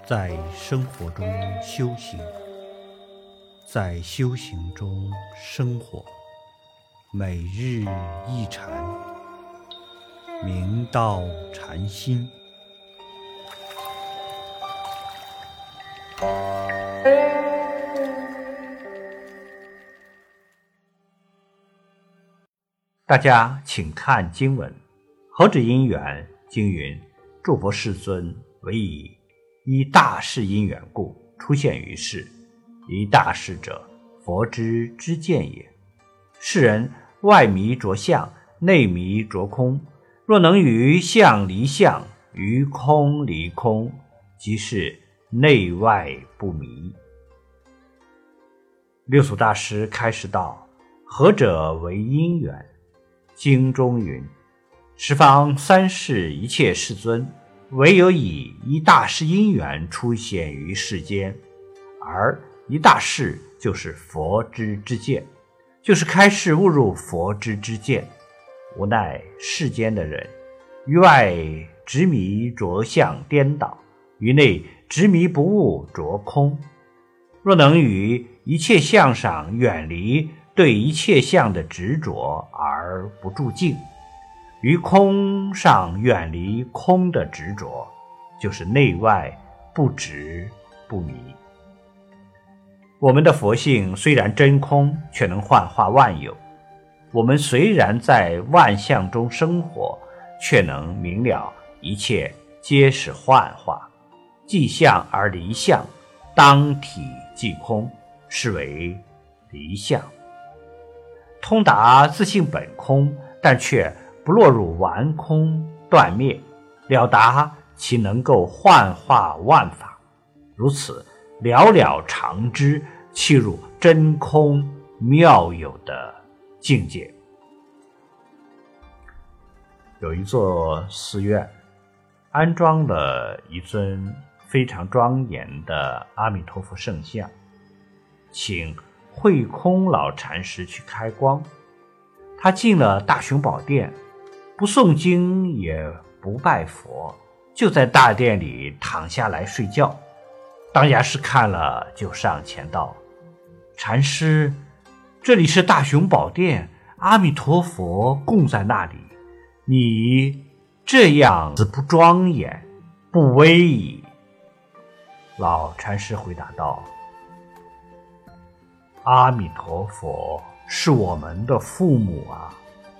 在生活中修行，在修行中生活，每日一禅，明道禅心。大家请看经文。何止因缘？经云：诸佛世尊唯以一大事因缘故出现于世。一大事者，佛之知见也。世人外迷着相，内迷着空。若能于相离相，于空离空，即是内外不迷。六祖大师开示道：何者为因缘？经中云：十方三世一切世尊，唯有以一大事因缘出现于世间，而一大事就是佛之知见，就是开示悟入佛之知见。无奈世间的人，于外执迷着相颠倒，于内执迷不悟着空。若能于一切相上远离对一切相的执着而不住境，于空上远离空的执着，就是内外不执不迷。我们的佛性虽然真空，却能幻化万有。我们虽然在万象中生活，却能明了一切皆是幻化，即相而离相，当体即空，是为离相。通达自性本空，但却不落入完空断灭，了达其能够幻化万法，如此了了常知，契入真空妙有的境界。有一座寺院，安装了一尊非常庄严的阿弥陀佛圣像，请慧空老禅师去开光。他进了大雄宝殿，不诵经也不拜佛，就在大殿里躺下来睡觉。当家师看了，就上前道：禅师，这里是大雄宝殿，阿弥陀佛供在那里，你这样子不庄严，不威仪。老禅师回答道：阿弥陀佛是我们的父母啊，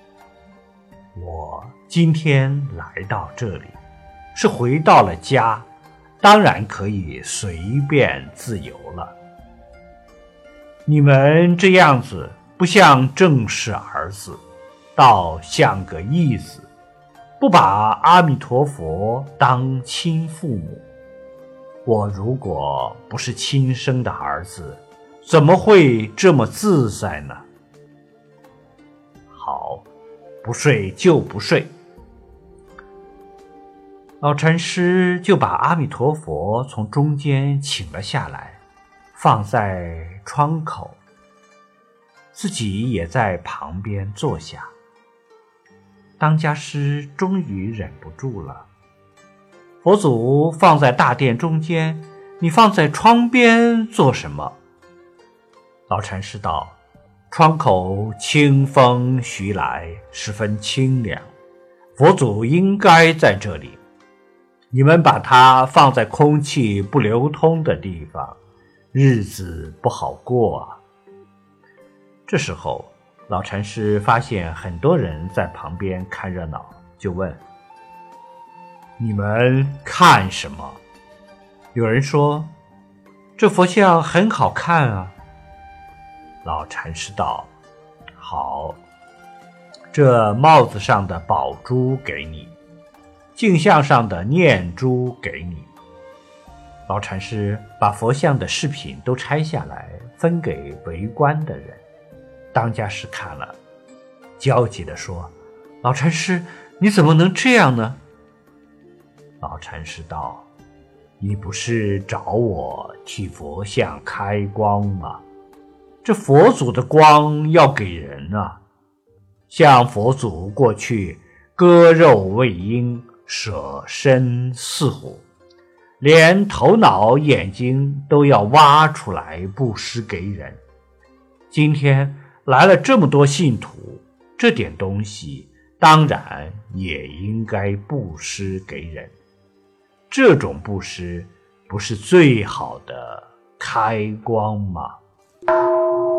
我今天来到这里，是回到了家，当然可以随便自由了。你们这样子不像正式儿子，倒像个义子，不把阿弥陀佛当亲父母。我如果不是亲生的儿子，怎么会这么自在呢？好，不睡就不睡。老禅师就把阿弥陀佛从中间请了下来，放在窗口，自己也在旁边坐下。当家师终于忍不住了：佛祖放在大殿中间，你放在窗边做什么？老禅师道：窗口清风徐来，十分清凉，佛祖应该在这里。你们把它放在空气不流通的地方，日子不好过啊。这时候老禅师发现很多人在旁边看热闹，就问：你们看什么？有人说：这佛像很好看啊。老禅师道：好，这帽子上的宝珠给你，镜像上的念珠给你。老禅师把佛像的饰品都拆下来，分给围观的人。当家师看了，焦急地说：老禅师，你怎么能这样呢？老禅师道：你不是找我替佛像开光吗？这佛祖的光要给人啊，像佛祖过去割肉喂鹰，舍身饲虎， 连头脑、眼睛都要挖出来布施给人。今天来了这么多信徒，这点东西当然也应该布施给人。这种布施不是最好的开光吗？